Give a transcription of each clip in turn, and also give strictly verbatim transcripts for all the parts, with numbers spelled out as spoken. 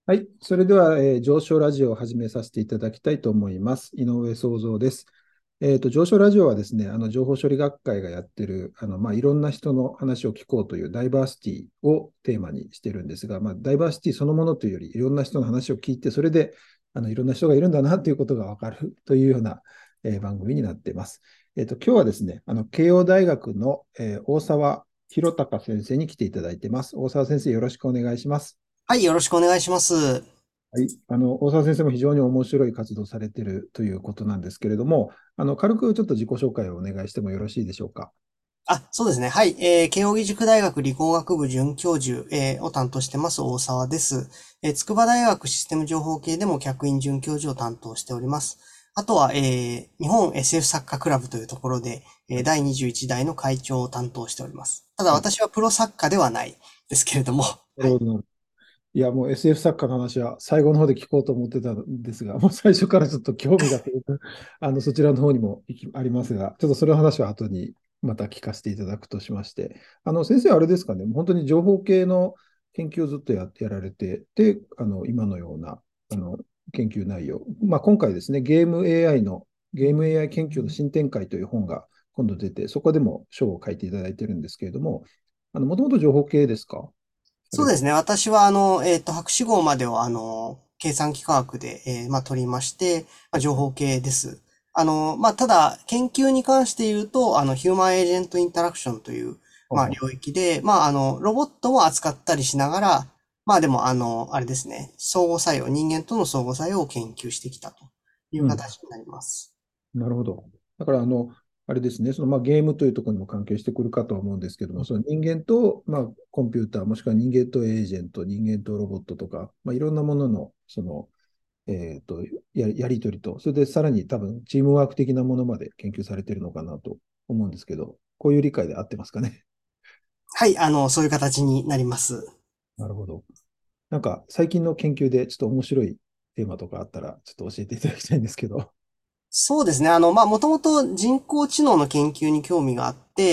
はい。それでは、えー上昇ラジオを始めさせていただきたいと思います。井上創造です。えっと、上昇ラジオはですね、あの情報処理学会がやってる、あのまあ、いろんな人の話を聞こうというダイバーシティをテーマにしてるんですが、まあ、ダイバーシティそのものというより、いろんな人の話を聞いて、それであのいろんな人がいるんだなということが分かるというような、えー番組になっています。えっと、今日はですね、あの慶応大学の、えー大沢弘隆先生に来ていただいています。大沢先生、よろしくお願いします。 はい、よろしくお願いします。 はい、あの大沢先生も非常に面白い活動をされているということなんですけれども、あの軽くちょっと自己紹介をお願いしてもよろしいでしょうか。 あ、そうですね。はい。えー、慶應義塾大学理工学部准教授、えーを担当してます、大沢です。えー、筑波大学システム情報系でも客員准教授を担当しております。あとは、えー、日本 エスエフ 作家クラブというところで、えー、 はい、 だいにじゅういち代の会長を担当しております。ただはい、 私はプロ作家ではないですけれども、はい。 なるほど。いや、もう エスエフ 作家の話は最後の方で聞こうと思ってたんですが、もう最初からちょっと興味がすごくあのそちらの方にも行きありますが、ちょっとそれの話は後にまた聞かせていただくとしまして、あの先生、あれですかね、本当に情報系の研究をずっとや、やられて、で、あの今のようなあの研究内容、まあ、今回ですね、ゲーム エーアイ の、ゲーム エーアイ 研究の新展開という本が今度出て、そこでも章を書いていただいてるんですけれども、あのもともと情報系ですか、されて。 そうですね。私は、あの、えっと、博士号までは、あの、計算機科学で、えーまあ、取りまして、まあ、情報系です。あの、まあ、ただ、研究に関して言うと、あの、ヒューマンエージェントインタラクションという、まあ、 はは。 領域で、まあ、あの、ロボットも扱ったりしながら、まあ、でも、あの、あれですね、相互作用、人間との相互作用を研究してきたといううん。 形になります。 なるほど。だから、あの、あれですね、そのまあ、ゲームというところにも関係してくるかとは思うんですけども、その人間と、まあ、コンピューター、もしくは人間とエージェント、人間とロボットとか、まあ、いろんなものの、その、えっと、や、やり取りと、それでさらに多分、チームワーク的なものまで研究されているのかなと思うんですけど、こういう理解で合ってますかね。 はい、あの、そういう形になります。 なるほど。なんか、最近の研究でちょっと面白いテーマとかあったら、ちょっと教えていただきたいんですけど。 そうですね。あの、まあ、もともと人工知能の研究に興味があって、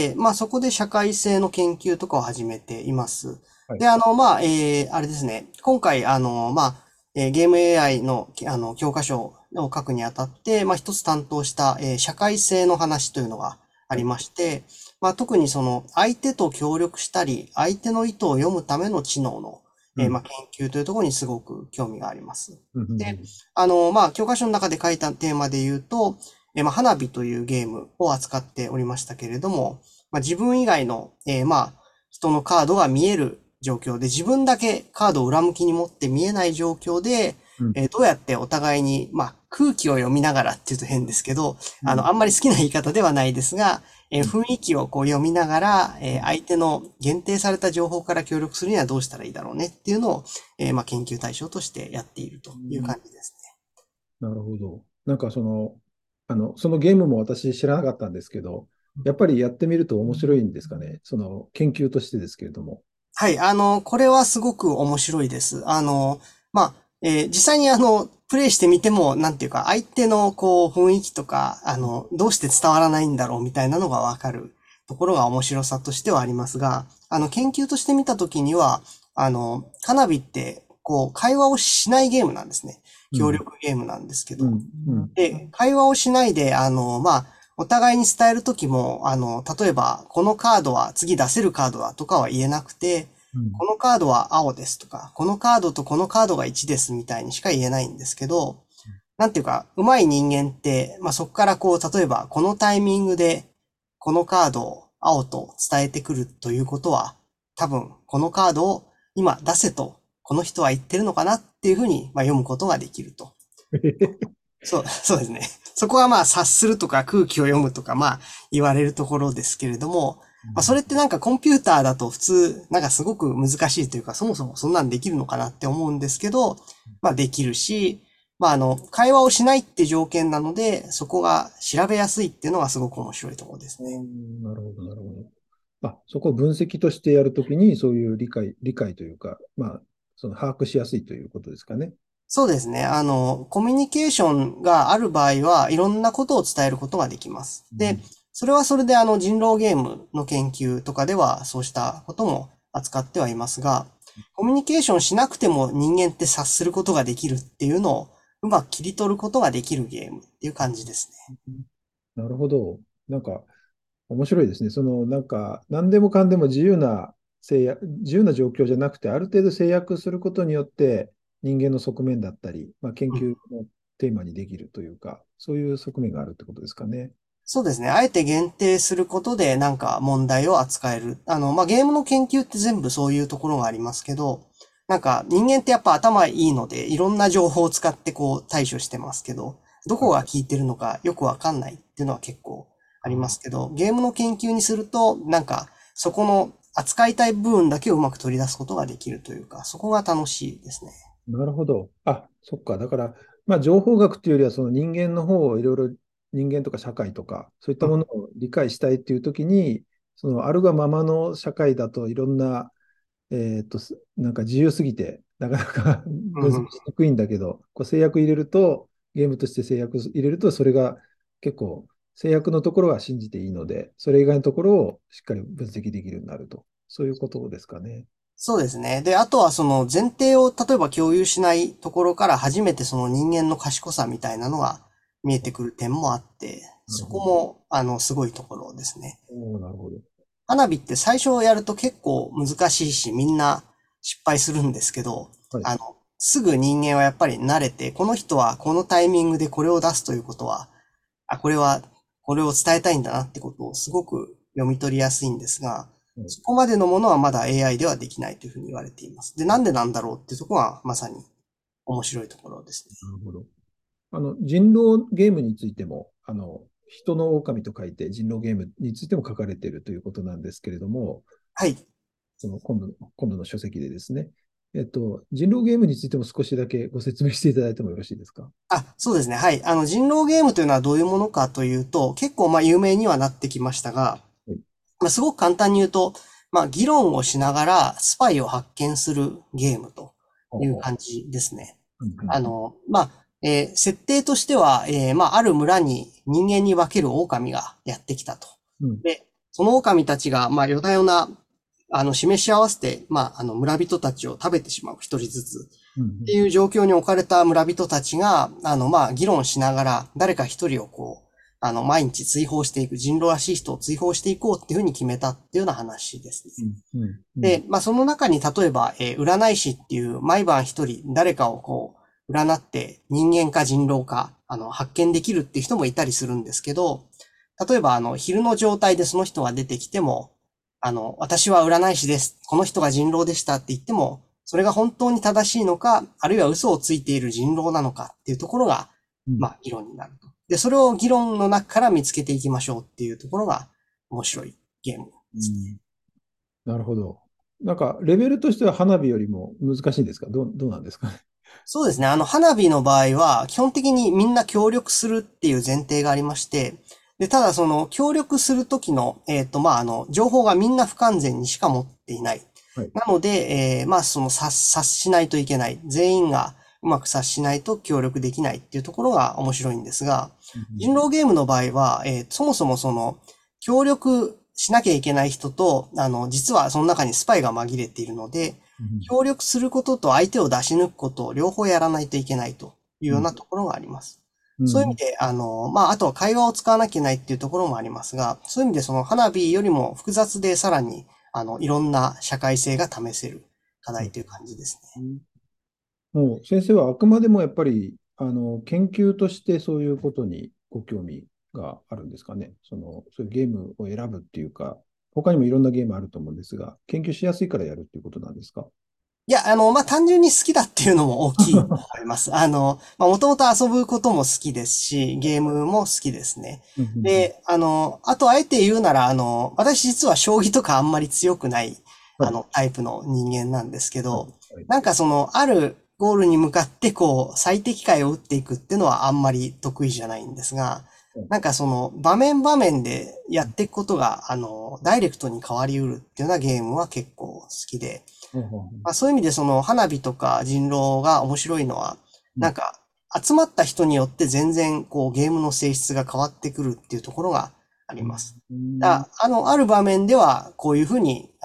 まあ、そこで社会性の研究とかを始めています。 はい。 で、あの、まあ、えー、あれですね。今回、あの、まあ、えーゲーム エーアイ の、あの、教科書を書くにあたって、まあ、一つ担当した、えー社会性の話というのがありはい。 まして、まあ、特にその、相手と協力したり、相手の意図を読むための知能の、 うん。 えーまあ、研究というところにすごく興味があります。 うん。うで、 ん。 あの、まあ、教科書の中で書いたテーマで言うと、えーまあ、花火というゲームを扱っておりましたけれども、まあ、自分以外の、えーまあ、人のカードが見える状況で、自分だけカードを裏向きに持って見えない状況で、 うん。 えーどうやってお互いに、まあ、空気を読みながらっていうと変ですけど、 うん。 あの、あんまり好きな言い方ではないですが、えーうん。 雰囲気をこう読みながら、えーうん。 相手の限定された情報から協力するにはどうしたらいいだろうねっていうのを、えーまあ、研究対象としてやっているといううん。 感じですね。 なるほど。なんかその、あの、そのゲームも私知らなかったんですけど、やっぱりやってみると面白いんですかね。その研究としてですけれども。 はい、あの、これはすごく面白いです。あの、まあ、えー実際にあの、プレイしてみても、なんていうか、相手のこう、雰囲気とか、あの、どうして伝わらないんだろうみたいなのがわかるところが面白さとしてはありますが、あの、研究として見たときには、あの、花火って、こう、会話をしないゲームなんですね。 うん。 協力ゲームなんですけど。 うん。うん。 で、会話をしないで、あの、まあ、お互いに伝えるときも、あの、例えば、このカードは次出せるカードだとかは言えなくて、 うん。 このカードは青ですとか、このカードとこのカードがいちですみたいにしか言えないんですけど、なんていうか、上手い人間って、まあ、そこからこう、例えば、このタイミングで、このカードを青と伝えてくるということは、多分、このカードを今出せと、この人は言ってるのかなっていうふうに、まあ、読むことができると。そう、そうですね。そこはまあ察するとか空気を読むとかまあ言われるところですけれども、まあそれってなんかコンピューターだと普通なんかすごく難しいというかそもそもそんなんできるのかなって思うんですけど、まあできるし、まああの会話をしないって条件なのでそこが調べやすいっていうのがすごく面白いところですうね。 ん。なるほど、なるほど。あ、そこを分析としてやるときに、そういう理解、理解というか、まあ、その把握しやすいということですかね。 そうですね。あの、コミュニケーションがある場合はいろんなことを伝えることができます。で、 うん。 それはそれであの人狼ゲームの研究とかではそうしたことも扱ってはいますが、 コミュニケーションしなくても人間って察することができるっていうのをうまく切り取ることができるゲームっていう感じですね。 なるほど。なんか、面白いですね。その、なんか、何でもかんでも自由な制約、自由な状況じゃなくて、ある程度制約することによって、人間の側面だったり、まあ、研うん。 究のテーマにできるというか、そういう側面があるってことですかね。 そうですね。あえて限定することでなんか問題を扱える。あの、まあ、ゲームの研究って全部そういうところがありますけど、なんか人間ってやっぱ頭いいので、いろんな情報を使ってこう対処してますけど、どこはい。 が効いてるのかよくわかんないっていうのは結構ありまあ、 すけど、ゲームの研究にすると、なんかそこの扱いたい部分だけをうまく取り出すことができるというか、そこが楽しいですね。 なるほど。あ、そっか。だから、まあ、情報学っていうよりは、その人間の方をいろいろ、人間とか社会とか、そういったうん。 ものを理解したいっていうときに、そのあるがままの社会だといろんなえーと、すなんか自由すぎて、なかなか分析うんうん。 しにくいんだけど、こう制約入れると、ゲームとして制約入れると、それが結構、制約のところは信じていいので、それ以外のところをしっかり分析できるようになると。そういうことですかね。 そうですね。で、あとはその前提を例えば共有しないところから初めてその人間の賢さみたいなのが見えてくる点もあって、そこなるほど。 もあのすごいところですね。 おーなるほど。 花火って最初やると結構難しいしみんな失敗するんですけど、 はい。 あの、すぐ人間はやっぱり慣れて、この人はこのタイミングでこれを出すということは、あ、これはこれを伝えたいんだなってことをすごく読み取りやすいんですが、 はい。 そこまでのものはまだ エーアイ ではできないというふうに言われています。で、なんでなんだろうっていうところはまさに面白いところですね。 なるほど。あの、人狼ゲームについても、あの、人の狼と書いて人狼ゲームについても書かれているということなんですけれども、 はい。 その今度、今度の書籍でですね。えっと、人狼ゲームについても少しだけご説明していただいてもよろしいですか？ あ、そうですね。はい。あの、人狼ゲームというのはどういうものかというと、結構まあ有名にはなってきましたが、 はい。 まあ、すごく簡単に言うと、まあ、議論をしながらスパイを発見するゲームとほうほいう感じですね。 う。うんうんうん。 あの、まあ、えー設定としては、えーまあ、ある村に人間に化ける狼がやってきたと。 うん。 で、その狼たちが、まあ、夜な夜な、あの、示し合わせて、まあ、あの、村人たちを食べてしまう、一人ずつ。 うんうってん。 いう状況に置かれた村人たちが、あの、まあ、議論しながら、誰か一人をこう、あの、毎日追放していく、人狼らしい人を追放していこうっていうふうに決めたっていうような話ですね。 うんうんうん。 で、まあ、その中に例えば、えー占い師っていう毎晩一人誰かをこう、占って人間か人狼か、あの、発見できるっていう人もいたりするんですけど、例えば、あの、昼の状態でその人が出てきても、あの、私は占い師です。この人が人狼でしたって言っても、それが本当に正しいのか、あるいは嘘をついている人狼なのかっていうところが、 うん。 まあ、議論になると。で、それを議論の中から見つけていきましょうっていうところが面白いゲームですね。 うん。なるほど。なんか、レベルとしては花火よりも難しいんですか？どう、どうなんですかね？ そうですね。あの、花火の場合は、基本的にみんな協力するっていう前提がありまして、で、ただその、協力するときの、えっと、まあ、あの、情報がみんな不完全にしか持っていない。 はい。 なので、えーまあ、その、察、察しないといけない。全員がうまく察しないと協力できないっていうところが面白いんですが、 うん人狼ゲームの場合は、えーそもそもその、協力しなきゃいけない人と、あの、実はその中にスパイが紛れているので、 うん協力することと相手を出し抜くことを両方やらないといけないといううんようなところがあります。 うんうんそういう意味で、あの、まあ、あとは会話を使わなきゃいけないっていうところもありますが、そういう意味でその花火よりも複雑でさらに、あの、いろんな社会性が試せる課題という感じですね。 うん。もう先生はあくまでもやっぱりあの研究としてそういうことにご興味があるんですかね。そのそういうゲームを選ぶっていうか、他にもいろんなゲームあると思うんですが、研究しやすいからやるっていうことなんですか？ いや、あの、まあ、単純に好きだっていうのも大きいと思います。あの、まあ、もともと遊ぶことも好きですし、ゲームも好きですね。 うんうんで、あの、あとあえて言うなら、あの、私実は将棋とかあんまり強くない、 うん。はい。 あの、タイプの人間なんですけはい。 ど、 はい。 なんかその、あるゴールに向かってこう、最適解を打っていくっていうのはあんまり得意じゃないんですが、 はい。 なんかその、場面場面でやっていくことが、あの、ダイレクトに変わり得るっていうようなゲームは結構好きで、 ほうほうほう。 まあ、そういう意味でその花火とか人狼が面白いのは、 うん。 なんか集まった人によって全然こうゲームの性質が変わってくるっていうところがありうん。 ます。 うん。 だあの、ある場面ではこういうふうに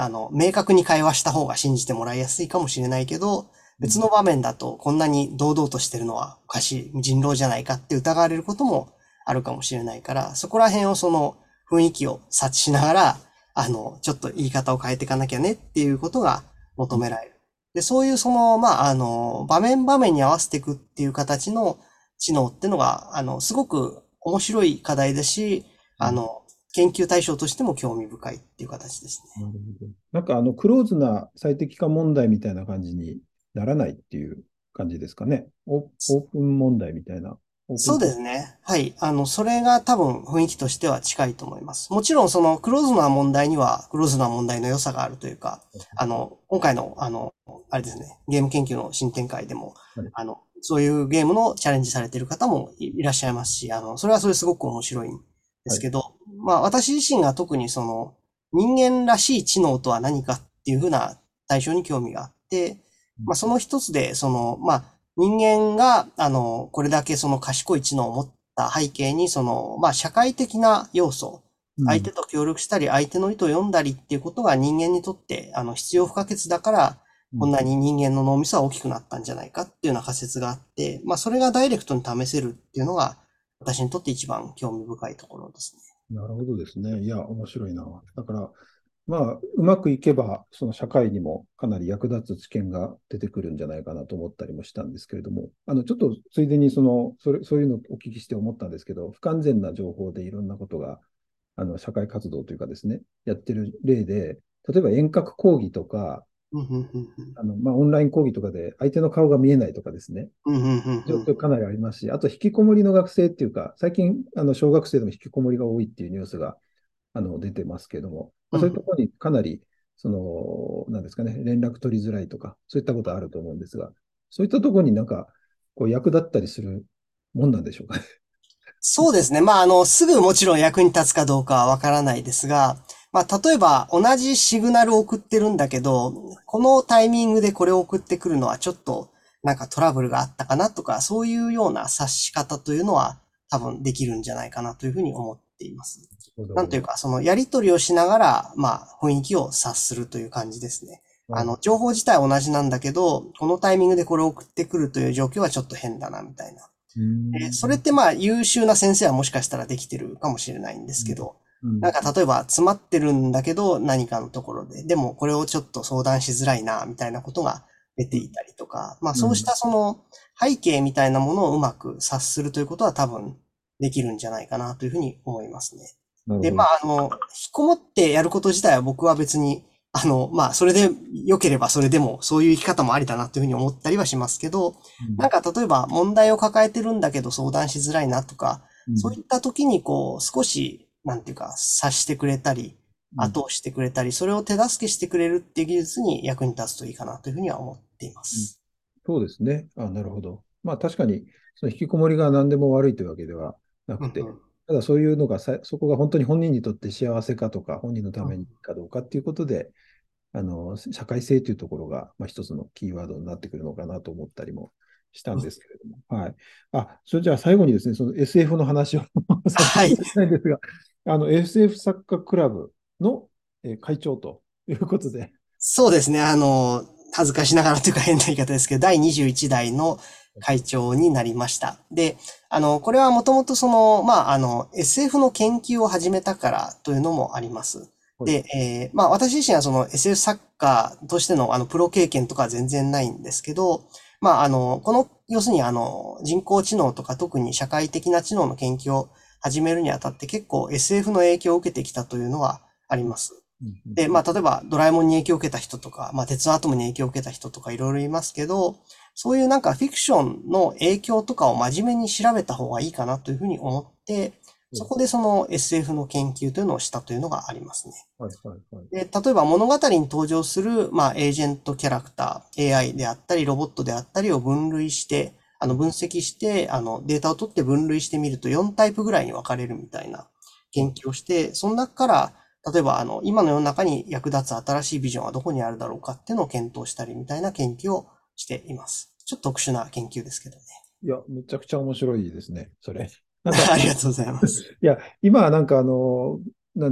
あの、明確に会話した方が信じてもらいやすいかもしれないけど、 うん。 別の場面だとこんなに堂々としてるのはおかしい、人狼じゃないかって疑われることもあるかもしれないから、そこら辺をその雰囲気を察知しながら、あの、ちょっと言い方を変えていかなきゃねっていうことが求められる。で、そういうその、まあ、あの、場面場面に合わせていくっていう形の知能っていうのが、あの、すごく面白い課題だし、 うん。 あの、研究対象としても興味深いっていう形ですね。 なるほど。なんかあの、クローズな最適化問題みたいな感じにならないっていう感じですかね。オ、オープン問題みたいな。オープそうンク、 ですね。はい。あの、それが多分雰囲気としては近いと思います。もちろんそのクローズな問題にはクローズな問題の良さがあるというか、あの、今回のあの、あれですね、ゲーム研究の新展開でも、 はい。 あの、そういうゲームのチャレンジされている方もいいらっしゃいますし、あの、それはそれすごく面白いんではい。 すけど、まあ私自身が特にその人間らしい知能とは何かっていうふうな対象に興味があって、 うん。 まあその一つで、その、まあ人間が、あの、これだけその賢い知能を持った背景に、その、まあ、社会的な要素、 うん。 相手と協力したり、相手の意図を読んだりっていうことが人間にとって、あの、必要不可欠だから、 うん。 こんなに人間の脳みそは大きくなったんじゃないかっていうような仮説があって、まあ、それがダイレクトに試せるっていうのが、私にとって一番興味深いところですね。 なるほどですね。いや、面白いな。だから、まあ、うまくいけば、その社会にもかなり役立つ知見が出てくるんじゃないかなと思ったりもしたんですけれども、あの、ちょっとついでにその、それ、そういうのをお聞きして思ったんですけど、不完全な情報でいろんなことが、あの、社会活動というかですね、やってる例で、例えば遠隔講義とか、 うん、うん、うん、うん。 あの、まあ、オンライン講義とかで相手の顔が見えないとかですね、 うん、うん、うん、 状うん。 況かなりありますし、あと引きこもりの学生っていうか、最近、あの、小学生でも引きこもりが多いっていうニュースがあの出てますけれども、まあ、そういうとうん。 ころにかなり、その、なんですかね、連絡取りづらいとか、そういったことあると思うんですが、そういったところになんか、こう役立ったりするもんなんでしょうかね。 そうですね。まあ、あの、すぐもちろん役に立つかどうかはわからないですが、まあ、例えば同じシグナルを送ってるんだけど、このタイミングでこれを送ってくるのはちょっとなんかトラブルがあったかなとか、そういうような察し方というのは多分できるんじゃないかなというふうに思っています。 なるほど。 なんというか、そのやり取りをしながら、まあ、雰囲気を察するという感じですね。あの、 はい。 情報自体は同じなんだけど、このタイミングでこれを送ってくるという状況はちょっと変だな、みたいな。 うーん。 でそれってまあ優秀な先生はもしかしたらできてるかもしれないんですうん。 けど、 うん。 なんか例えば詰まってるんだけど何かのところで、でもこれをちょっと相談しづらいな、みたいなことが出ていたりとか、まあそうしうん。 たその背景みたいなものをうまく察するということは多分できるんじゃないかなというふうに思いますね。で、 なるほど。 まああの、引きこもってやること自体は僕は別にあの、まあ、それで良ければそれでも、そういう生き方もありだなというふうに思ったりはしますけど、 うん。 なんか例えば問題を抱えてるんだけど相談しづらいなとか、 うん。 そういった時にこう少し、なんていうか、察してくれたり、 うん。 後押してくれたり、それを手助けしてくれるっていう技術に役に立つといいかなというふうには思っていまうん。 す。 そうですね。あ、なるほど。まあ確かに、その引きこもりが何でも悪いというわけではなくて、 うんうん。 ただそういうのがさ、そこが本当に本人にとって幸せかとか、本人のたうん。 めにかどうかっていうことで、あの、社会性というところが、まあ、一つのキーワードになってくるのかなと思ったりもしたんですけれども。はい。あ、それじゃあ最後にですね、その エスエフ の話をさせてはい。 いただきたいんですが、あの、エスエフ 作家クラブの、えー会長ということで、 そうですね。あの、恥ずかしながらというか変な言い方ですけど、だいにじゅういち代の会長になりました。で、あの、これはもともとその、まあ、あの、エスエフ の研究を始めたからというのもあります。 はい。 で、えーまあ、私自身はその エスエフ 作家としてのあの、プロ経験とかは全然ないんですけど、まあ、あの、この、要するにあの、人工知能とか特に社会的な知能の研究を始めるにあたって結構 エスエフ の影響を受けてきたというのはありうん。 ます。 うん。 で、 うん。 まあ、例えば、ドラえもんに影響を受けた人とか、まあ、鉄腕アトムに影響を受けた人とかいろいろいますけど、そういうなんかフィクションの影響とかを真面目に調べた方がいいかなというふうに思って、そこでその エスエフ の研究というのをしたというのがありますね。 はい。はい。はい。 で、例えば物語に登場する、まあ、エージェントキャラクター、エーアイ であったり、ロボットであったりを分類して、あの、分析して、あの、データを取って分類してみるとよんタイプぐらいに分かれるみたいなはい。 研究をして、その中から、例えば、あの、今の世の中に役立つ新しいビジョンはどこにあるだろうかっていうのを検討したりみたいな研究をしています。ちょっと特殊な研究ですけどね。 いや、めちゃくちゃ面白いですね、それ。なんか、 ありがとうございます。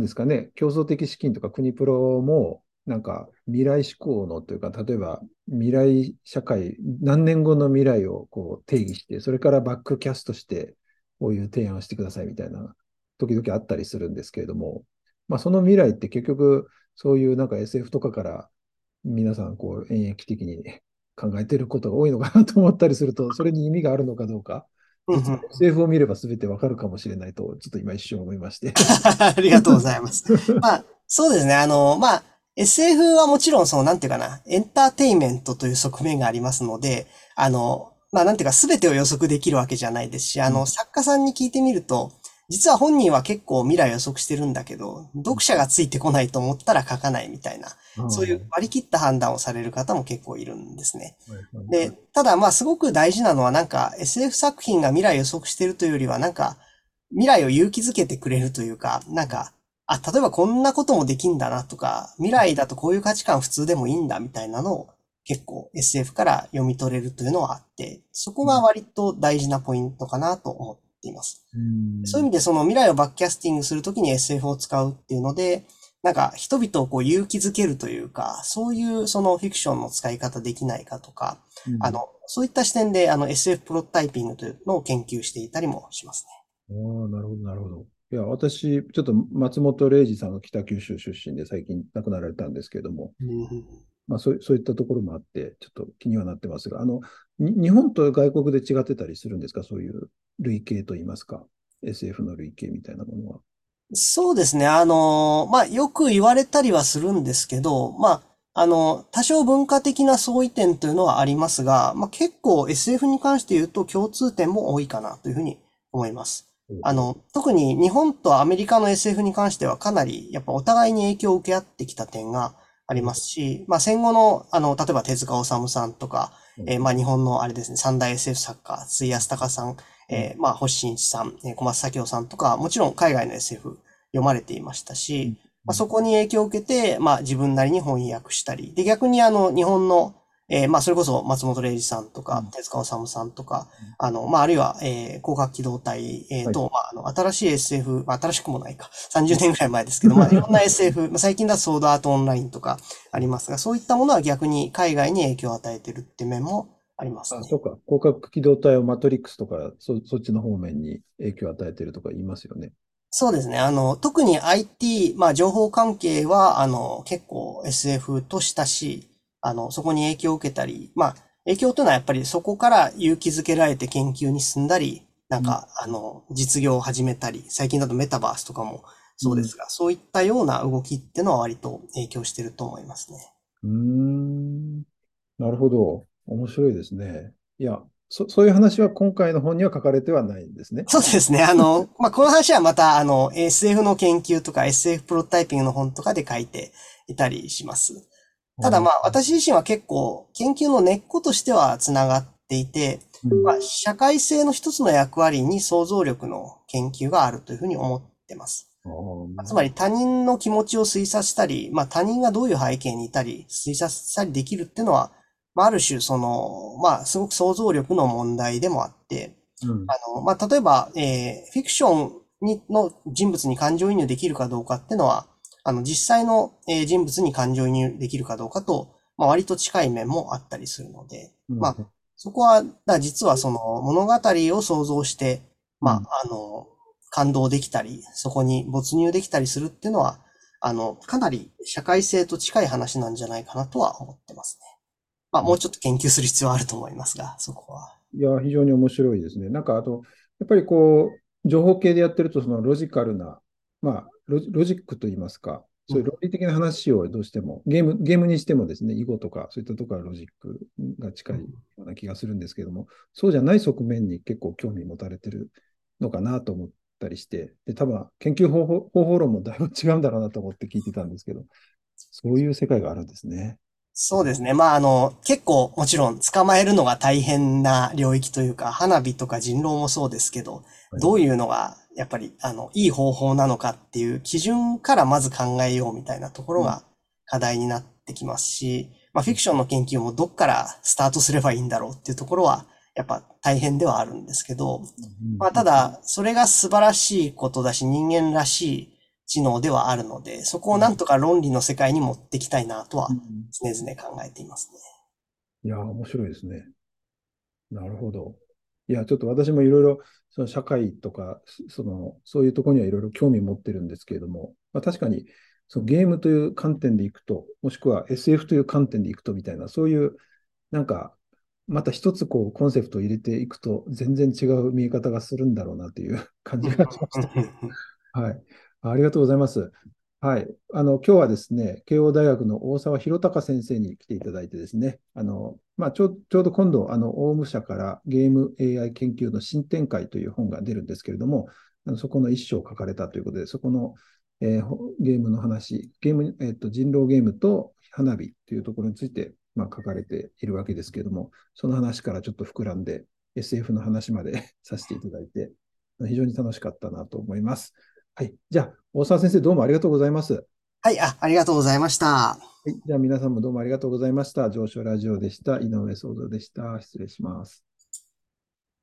いや、今はなんかあの、なんですかね、競争的資金とか国プロも、 なんか未来志向のというか、例えば未来社会、何年後の未来をこう定義して、それからバックキャストして、こういう提案をしてくださいみたいな、時々あったりするんですけれども、まあ、その未来って結局、そういうなんか エスエフ とかから皆さんこう演疫的に考えてることが多いのかなと思ったりすると、それに意味があるのかどうか、実はうんうん。 エスエフ を見れば全てわかるかもしれないと、ちょっと今一瞬思いまして。 ありがとうございます。まあ、そうですね。あの、まあ、エスエフ はもちろん、その、なんていうかな、エンターテインメントという側面がありますので、あの、まあ、なんていうか、すべてを予測できるわけじゃないですし、あの、作家さんに聞いてみると、実は本人は結構未来を予測してるんだけど、読者がついてこないと思ったら書かないみたいな、 ああ、 そういうは割り切った判断をされる方も結構いるんですね。 いはいはで、 い。 ただまあすごく大事なのはなんか エスエフ 作品が未来を予測しているというよりはなんか未来を勇気づけてくれるというか、なんか、あ、例えばこんなこともできんだなとか、未来だとこういう価値観普通でもいいんだみたいなのを結構 エスエフ から読み取れるというのはあって、そこが割と大事なポイントかなと思っています。 うん。 そういう意味でその未来をバックキャスティングするときに エスエフ を使うっていうので、なんか人々をこう勇気づけるというか、そういうそのフィクションの使い方できないかとか、 うん。 あの、そういった視点であの エスエフ プロトタイピングというのを研究していたりもしますね。 ああ、なるほど、なるほど。いや、私、ちょっと松本零士さんが北九州出身で最近亡くなられたんですけれども、 うん。 まあそう、そういったところもあって、ちょっと気にはなってますが、あの、に日本と外国で違ってたりするんですか、そういう類型といいますか、エスエフ の類型みたいなものは。 そうですね。あの、まあ、よく言われたりはするんですけど、まあ、あの、多少文化的な相違点というのはありますが、まあ、結構 エスエフ に関して言うと共通点も多いかなというふうに思います。 ほうほう。 あの、特に日本とアメリカの エスエフ に関してはかなりやっぱお互いに影響を受け合ってきた点がありますし、まあ、戦後の、あの、例えば手塚治虫さんとか、えーまあ、日本のあれですね、三大 エスエフ 作家、津安隆さん、 うん。 えーまあ、星新一さん、えー小松左京さんとか、もちろん海外の エスエフ 読まれていましたし、 うん。うまあ、 ん。 そこに影響を受けて、まあ、自分なりに翻訳したり、で、逆にあの、日本の、えーまあ、それこそ松本零士さんとか、 うん。 手塚治虫さんとか、あの、まあ、あるいは、えー、広角機動隊、えーはい。 と、まあ、あの、新しい エスエフ、まあ、新しくもないか、さんじゅうねんぐらい前ですけど、まあ、いろんな エスエフ、まあ、最近だとソードアートオンラインとかありますが、そういったものは逆に海外に影響を与えているって面もありますあ、そね。 うか。広角機動隊をマトリックスとか、そ、そっちの方面に影響を与えているとか言いますよね。 そうですね。あの、特に アイティー、まあ、情報関係は、あの、結構 エスエフ と親しい、あの、そこに影響を受けたり、まあ、影響というのはやっぱりそこから勇気づけられて研究に進んだり、なんうん。 か、あの、実業を始めたり、最近だとメタバースとかもうん。 そうですが、そういったような動きっていうのは割と影響してると思いますね。 うーん。なるほど。面白いですね。いや、そ、そういう話は今回の本には書かれてはないんですね。 そうですね。あの、まあ、この話はまた、あの、エスエフ の研究とか エスエフ プロトタイピングの本とかで書いていたりします。 あー。 ただまあ、私自身は結構、研究の根っことしてはつながっていて、 うん。 まあ、社会性の一つの役割に想像力の研究があるというふうに思ってます。 あー。 つまり他人の気持ちを推察したり、まあ他人がどういう背景にいたり、推察したりできるっていうのは、まあある種その、まあすごく想像力の問題でもあって、 うん。 あの、まあ例えば、えーフィクションにの人物に感情移入できるかどうかっていうのは、あの実際のえー人物に感情移入できるかどうかと、まあ割と近い面もあったりするので、 うん。 まあそこは、だから実はその物語を想像して、まうん。 ああの、感動できたり、そこに没入できたりするっていうのは、あの、かなり社会性と近い話なんじゃないかなとは思ってますね。まあ、もうちょっと研究する必要はあると思いますが、そこは。 いや、非常に面白いですね。なんか、あと、やっぱりこう、情報系でやってると、そのロジカルな、まあ、ロジ、ロジックといいますか、 うん。 そういう論理的な話をどうしても、ゲーム、ゲームにしてもですね、囲碁とか、そういったところはロジックが近いようん。 うな気がするんですけども、そうじゃない側面に結構興味持たれてるのかなと思ったりして、で、多分、研究方法、方法論もだいぶ違うんだろうなと思って聞いてたんですけど、そういう世界があるんですね。 そうですね。まあ、あの、結構もちろん捕まえるのが大変な領域というか、花火とか人狼もそうですけど、 はい。 どういうのが、やっぱり、あの、いい方法なのかっていう基準からまず考えようみたいなとこうん。 ろが課題になってきますし、まあ、フィクションの研究もどっからスタートすればいいんだろうっていうところは、やっぱ大変ではあるんですけど、 うん。 まあ、 うん。 ただ、それが素晴らしいことだし、人間らしい知能ではあるので、そこうん。 をなんとか論理の世界に持ってきたいなとはうん。 常々考えていますね。 いやー、面白いですね。なるほど。いや、ちょっと私もいろいろ、その社会とか、そその、そういうところにはいろいろ興味持ってるんですけれども、まあ、確かに、そのゲームという観点でいくと、もしくは エスエフ という観点でいくとみたいな、そういう、なんか、また一つこう、コンセプトを入れていくと、全然違う見え方がするんだろうなという感じうんうんがしました。 うんうんうん。 はい。ありがとうございます。はい。あの、今日はですね、慶応大学の大沢弘隆先生に来ていただいてですね、あの、まあ、ちょう、ちょうど今度、あの、オウム社からゲーム エーアイ 研究の新展開という本が出るんですけれども、あのそこの一章を書かれたということで、そこの、えーほゲームの話、ゲーム、えっと、人狼ゲームと花火というところについて、まあ、書かれているわけですけれども、その話からちょっと膨らんで、エスエフ の話までさせていただいて、非常に楽しかったなと思います。はい。じゃあ、大沢先生、どうもありがとうございます。ははい、あ、ありがとうございました。 い。じゃあ、皆さんもどうもありがとうございました。上昇ラジオでした。井上創造でした。失礼します。